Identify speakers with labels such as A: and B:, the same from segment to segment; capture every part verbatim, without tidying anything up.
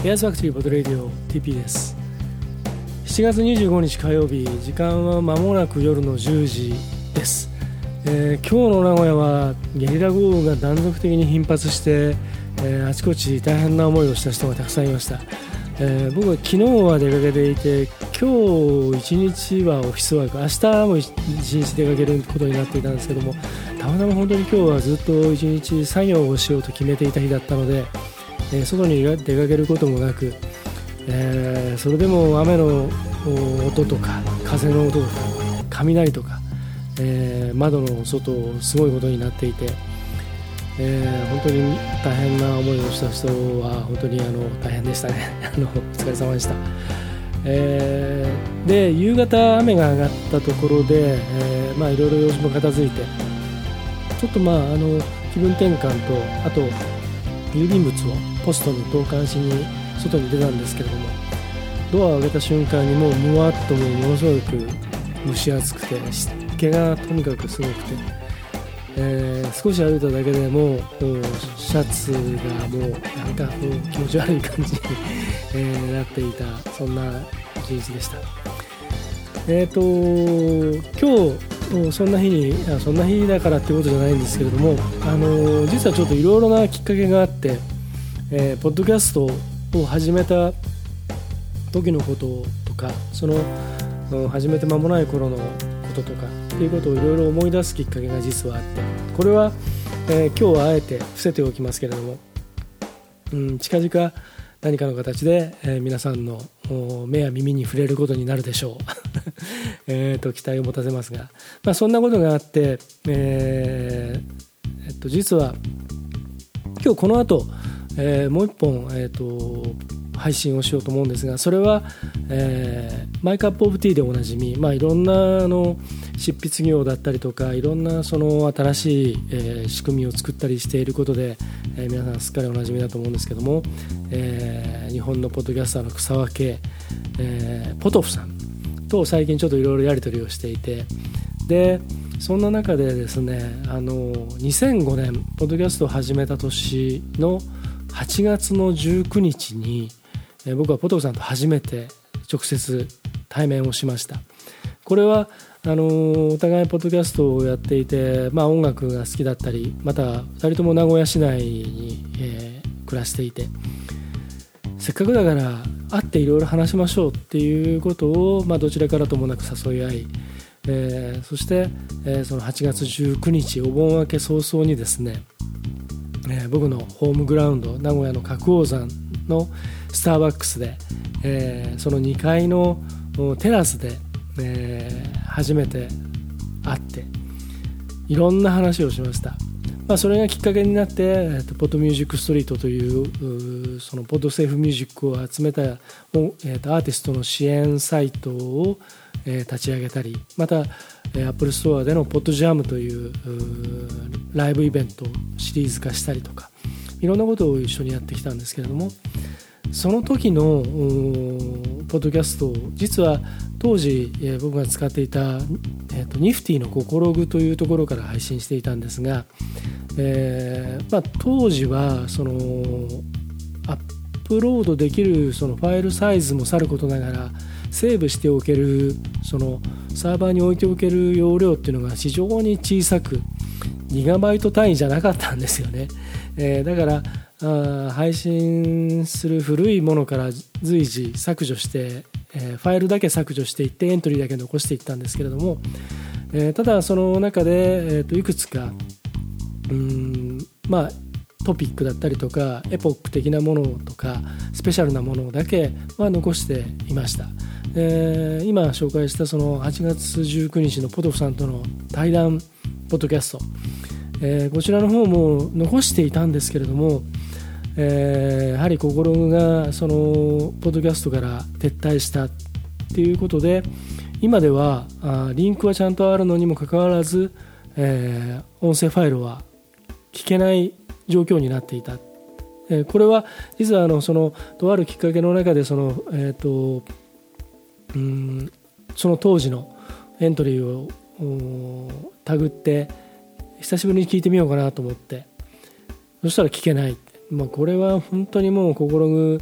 A: エアーズファクトリーポッドレディオ ティーピー です。しちがつにじゅうごにち火曜日、時間は間もなく夜のじゅうじです。えー、今日の名古屋はゲリラ豪雨が断続的に頻発して、えー、あちこち大変な思いをした人がたくさんいました。えー、僕は昨日は出かけていて、今日一日はオフィスワーク、明日も一日出かけることになっていたんですけども、たまたま本当に今日はずっと一日作業をしようと決めていた日だったので、えー、外に出かけることもなく、えー、それでも雨の音とか風の音とか雷とか、えー、窓の外すごいことになっていて、えー、本当に大変な思いをした人は本当にあの大変でしたねあのお疲れ様でした。えー、で夕方雨が上がったところで、えー、まあいろいろ用事も片付いて、ちょっとまああの気分転換と、あと郵便物をポストに投函しに外に出たんですけれども、ドアを開けた瞬間にもうむわっともうものすごく蒸し暑くて、湿気がとにかくすごくて、えー、少し歩いただけでもうシャツがもうなんかもう気持ち悪い感じに、えー、なっていた、そんな一日でした。えっと今日そんな日にそんな日だからってことじゃないんですけれども、あの実はちょっといろいろなきっかけがあって、えー、ポッドキャストを始めた時のこととか、その始めて間もない頃のこととかっていうことをいろいろ思い出すきっかけが実はあって、これは、えー、今日はあえて伏せておきますけれども、うん、近々何かの形で、えー、皆さんの目や耳に触れることになるでしょうえーと期待を持たせますが、まあ、そんなことがあって、えーえっと、実は今日この後、えー、もう一本、えーと配信をしようと思うんですが、それは、えー、マイカップオブティーでおなじみ、まあ、いろんなあの執筆業だったりとか、いろんなその新しい、えー、仕組みを作ったりしていることで、えー、皆さんすっかりおなじみだと思うんですけども、えー、日本のポッドキャスターの草分け、えー、ポトフさんと最近ちょっといろいろやり取りをしていて、でそんな中でですね、あのにせんごねんポッドキャストを始めた年のはちがつのじゅうくにちに、えー、僕はポトフさんと初めて直接対面をしました。これはあのー、お互いポッドキャストをやっていて、まあ、音楽が好きだったり、またふたりとも名古屋市内に、えー、暮らしていて、せっかくだから会っていろいろ話しましょうっていうことを、まあ、どちらからともなく誘い合い、えー、そして、えー、そのはちがつじゅうくにちお盆明け早々にですね、えー、僕のホームグラウンド名古屋の角王山のスターバックスで、えー、そのにかいのテラスで、えー、初めて会っていろんな話をしました。まあ、それがきっかけになって、えー、とポッドミュージックストリートというそのポッドセーフミュージックを集めた、えー、とアーティストの支援サイトを、えー、立ち上げたり、また、えー、Apple ストアでのポッドジャムというライブイベントをシリーズ化したりとか、いろんなことを一緒にやってきたんですけれども、その時のポッドキャストを実は当時、えー、僕が使っていた、えー、とニフティのココログというところから配信していたんですが、えーまあ、当時はそのアップロードできるそのファイルサイズもさることながら、セーブしておけるそのサーバーに置いておける容量っていうのが非常に小さく、ギガバイト単位じゃなかったんですよね。えー、だからあ配信する古いものから随時削除して、えー、ファイルだけ削除していってエントリーだけ残していったんですけれども、えー、ただその中で、えー、といくつかうーんまあトピックだったりとかエポック的なものとかスペシャルなものだけは残していました。えー、今紹介したそのはちがつじゅうくにちのポトフさんとの対談ポッドキャスト、えー、こちらの方も残していたんですけれども、えー、やはり心がそのポッドキャストから撤退したっていうことで、今ではあリンクはちゃんとあるのにもかかわらず、えー、音声ファイルは聞けない状況になっていた。えー、これは実はあのそのとあるきっかけの中でその、えーと、うーんその当時のエントリーをタグって久しぶりに聞いてみようかなと思って、そしたら聞けない。まあ、これは本当にもう心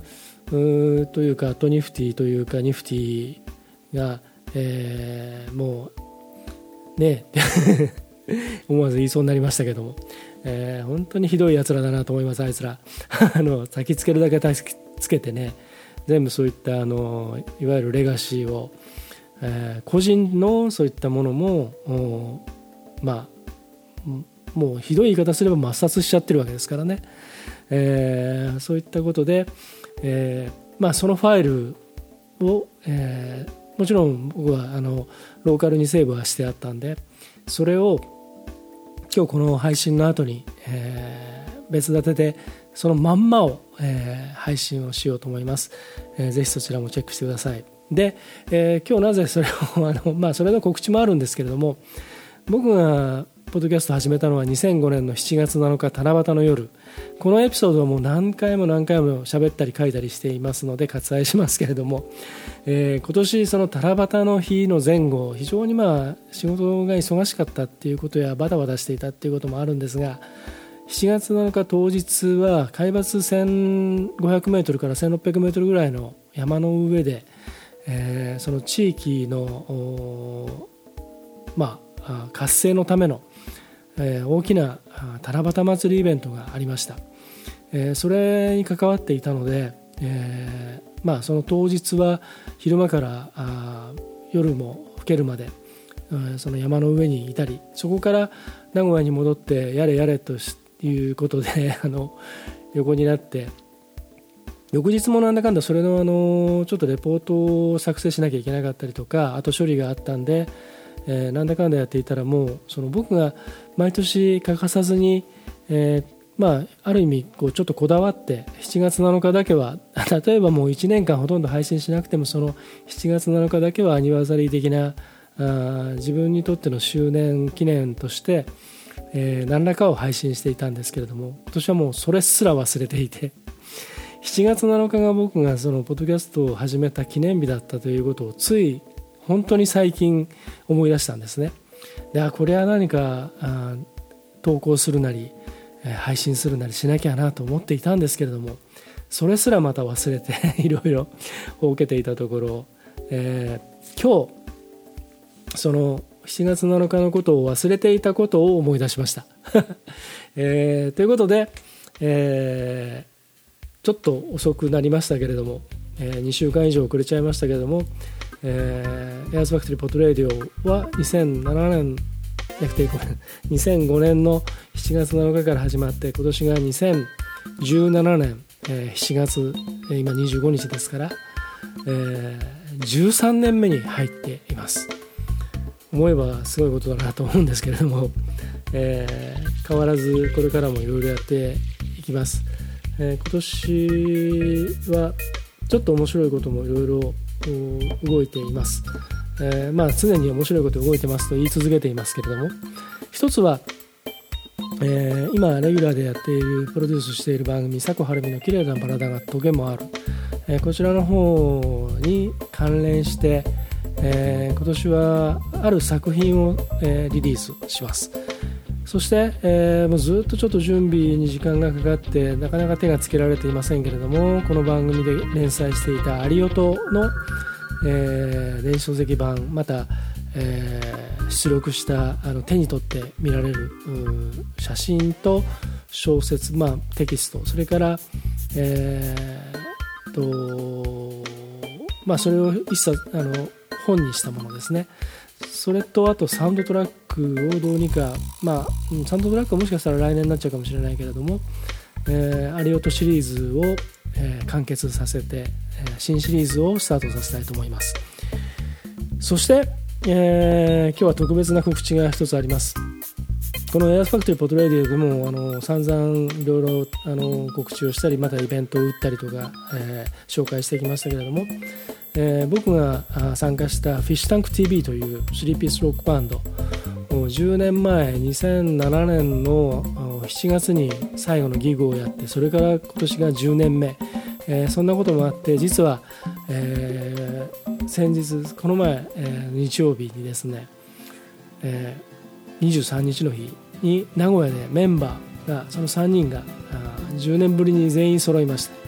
A: うというかトニフティというかニフティが、えー、もうね思わず言いそうになりましたけども、えー、本当にひどいやつらだなと思います。あいつらあの焚きつけるだけ焚きつけてね、全部そういったあのいわゆるレガシーを、えー、個人のそういったものもまあもうひどい言い方すれば抹殺しちゃってるわけですからね、えー、そういったことで、えーまあ、そのファイルを、えー、もちろん僕はあのローカルにセーブはしてあったんで、それを今日この配信の後に、えー、別立てでそのまんまを、えー、配信をしようと思います、えー、ぜひそちらもチェックしてください。で、えー、今日なぜそれをあの、まあ、それの告知もあるんですけれども、僕がポッドキャストを始めたのはにせんごねんのしちがつなのか七夕の夜。このエピソードはもう何回も何回も喋ったり書いたりしていますので割愛しますけれども、えー、今年その七夕の日の前後、非常にまあ仕事が忙しかったっていうことやバタバタしていたっていうこともあるんですが、しちがつなのか当日は海抜せんごひゃくメートルからせんろっぴゃくメートルぐらいの山の上で、えー、その地域のまあ活性のためのえー、大きな七夕祭りイベントがありました、えー、それに関わっていたので、えーまあ、その当日は昼間からあ夜も更けるまで、えー、その山の上にいたり、そこから名古屋に戻ってやれやれということであの横になって、翌日もなんだかんだそれの、あのちょっとレポートを作成しなきゃいけなかったりとか、後処理があったんで、えー、なんだかんだやっていたら、もうその僕が毎年欠かさずに、えーまあ、ある意味こうちょっとこだわってしちがつなのかだけは、例えばもういちねんかんほとんど配信しなくても、そのしちがつなのかだけはアニバーサリー的なあ自分にとっての周年記念として、えー、何らかを配信していたんですけれども、今年はもうそれすら忘れていて、しちがつなのかが僕がそのポッドキャストを始めた記念日だったということをつい本当に最近思い出したんですね。で、あ、これは何かあ投稿するなり配信するなりしなきゃなと思っていたんですけれども、それすらまた忘れていろいろ受けていたところ、えー、今日そのしちがつなのかのことを忘れていたことを思い出しました、えー、ということで、えー、ちょっと遅くなりましたけれども、えー、にしゅうかん以上遅れちゃいましたけれども、えー、エアーズファクトリーポッドレディオはにせんななねんにせんごねんのしちがつなのかから始まって、今年がにせんじゅうななねん、えー、しちがつ、今にじゅうごにちですから、えー、じゅうさんねんめに入っています。思えばすごいことだなと思うんですけれども、えー、変わらずこれからもいろいろやっていきます。えー、今年はちょっと面白いこともいろいろ動いています。えー、まあ常に面白いこと動いてますと言い続けていますけれども、一つは、えー、今レギュラーでやっているプロデュースしている番組、佐古晴美の綺麗なバラだがトゲもある、えー、こちらの方に関連して、えー、今年はある作品を、えー、リリースします。そして、えー、もうずっとちょっと準備に時間がかかってなかなか手がつけられていませんけれども、この番組で連載していたアリオトの、えー、電子書籍版、また、えー、出力したあの手に取って見られる写真と小説、まあ、テキスト、それから、えーとまあ、それを一冊あの本にしたものですね。それとあとサウンドトラックをどうにか、まあ、サウンドトラックはもしかしたら来年になっちゃうかもしれないけれども、えー、アリオトシリーズを、えー、完結させて、えー、新シリーズをスタートさせたいと思います。そして、えー、今日は特別な告知が一つあります。このエアーズファクトリーポッドレディオでもあの散々いろいろあの告知をしたり、またイベントを打ったりとか、えー、紹介してきましたけれども、えー、僕が参加したフィッシュタンク ティービー というスリーピースロックバンド、じゅうねんまえにせんななねんのしちがつに最後のギグをやって、それから今年がじゅうねんめ、えー、そんなこともあって、実は、えー、先日この前、えー、日曜日にですね、えー、にじゅうさんにちの日に名古屋でメンバーがそのさんにんがじゅうねんぶりに全員揃いました。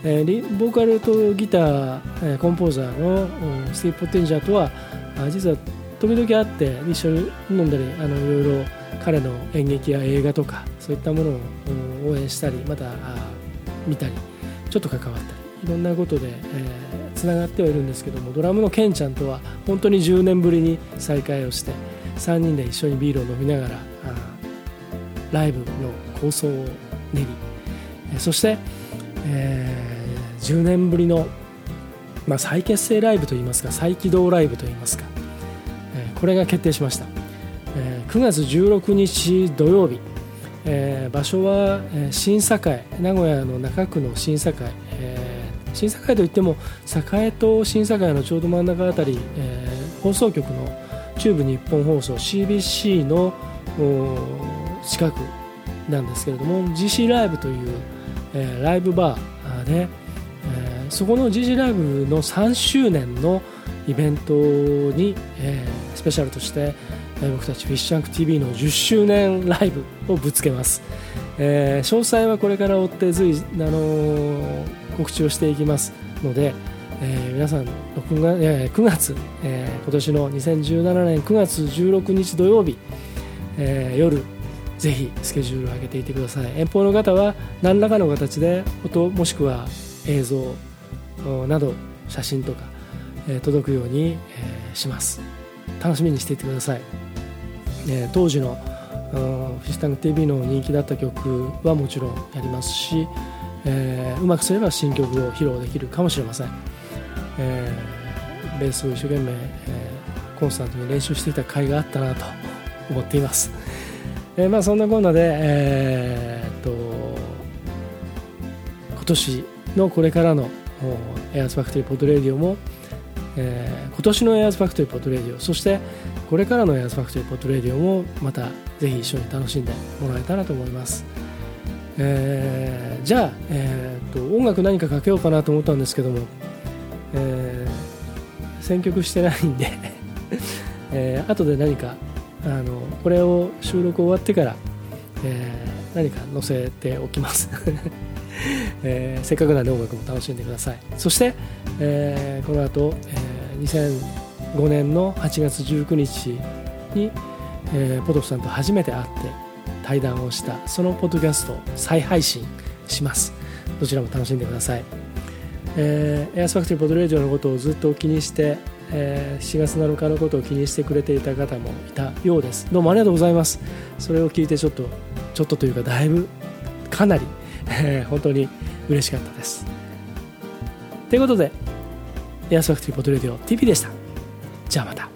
A: えー、ボーカルとギター、えー、コンポーザーのスティーブ・ポッテンジャーとは実は時々会って一緒に飲んだり、あのいろいろ彼の演劇や映画とかそういったものを応援したり、また見たりちょっと関わったり、いろんなことで、えー、つながってはいるんですけども、ドラムのケンちゃんとは本当にじゅうねんぶりに再会をして、さんにんで一緒にビールを飲みながらライブの構想を練り、そして、えー、じゅうねんぶりの、まあ、再結成ライブといいますか、再起動ライブといいますか、えー、これが決定しました。えー、くがつじゅうろくにち土曜日、えー、場所は、えー、新栄、名古屋の中区の新栄、えー、新栄といっても栄と新栄のちょうど真ん中あたり、えー、放送局の中部日本放送 シービーシー の近くなんですけれども、 ジーシー ライブという、えー、ライブバーで、えー、そこの ジーシー ライブのさんしゅうねんのイベントに、えー、スペシャルとして、えー、僕たちフィッシュタンク ティービー のじゅっしゅうねんライブをぶつけます。えー、詳細はこれから追って随時、あのー、告知をしていきますので、えー、皆さんくがつ、えー、くがつ、えー、今年のにせんじゅうななねんくがつじゅうろくにち土曜日、えー、夜ぜひスケジュールを上げていてください。遠方の方は何らかの形で音もしくは映像など写真とか、えー、届くように、えー、します。楽しみにしていてください。えー、当時のフィッシュタンク ティービー の人気だった曲はもちろんやりますし、えー、うまくすれば新曲を披露できるかもしれません。えー、ベースを一生懸命、えー、コンスタントに練習していた甲斐があったなと思っています。えーまあ、そんなこんなで、えー、っと今年のこれからのエアーズファクトリーポッドレディオも、えー、今年のエアーズファクトリーポッドレディオ、そしてこれからのエアーズファクトリーポッドレディオもまたぜひ一緒に楽しんでもらえたらと思います。えー、じゃあ、えー、っと音楽何かかけようかなと思ったんですけども、えー、選曲してないんで、えー、後で何かあのこれを収録終わってから、えー、何か載せておきます、えー、せっかくなんで音楽も楽しんでください。そして、えー、この後、えー、にせんごねんのはちがつじゅうくにちに、えー、ポトフさんと初めて会って対談をしたそのポッドキャストを再配信します。どちらも楽しんでください。えー、エアーズファクトリーポッドレディオのことをずっと気にして、えー、しちがつなのかのことを気にしてくれていた方もいたようです。どうもありがとうございます。それを聞いてちょっとちょっとというかだいぶかなり、えー、本当に嬉しかったです。ということでエアーズファクトリーポッドレディオ ティーピー でした。じゃあまた。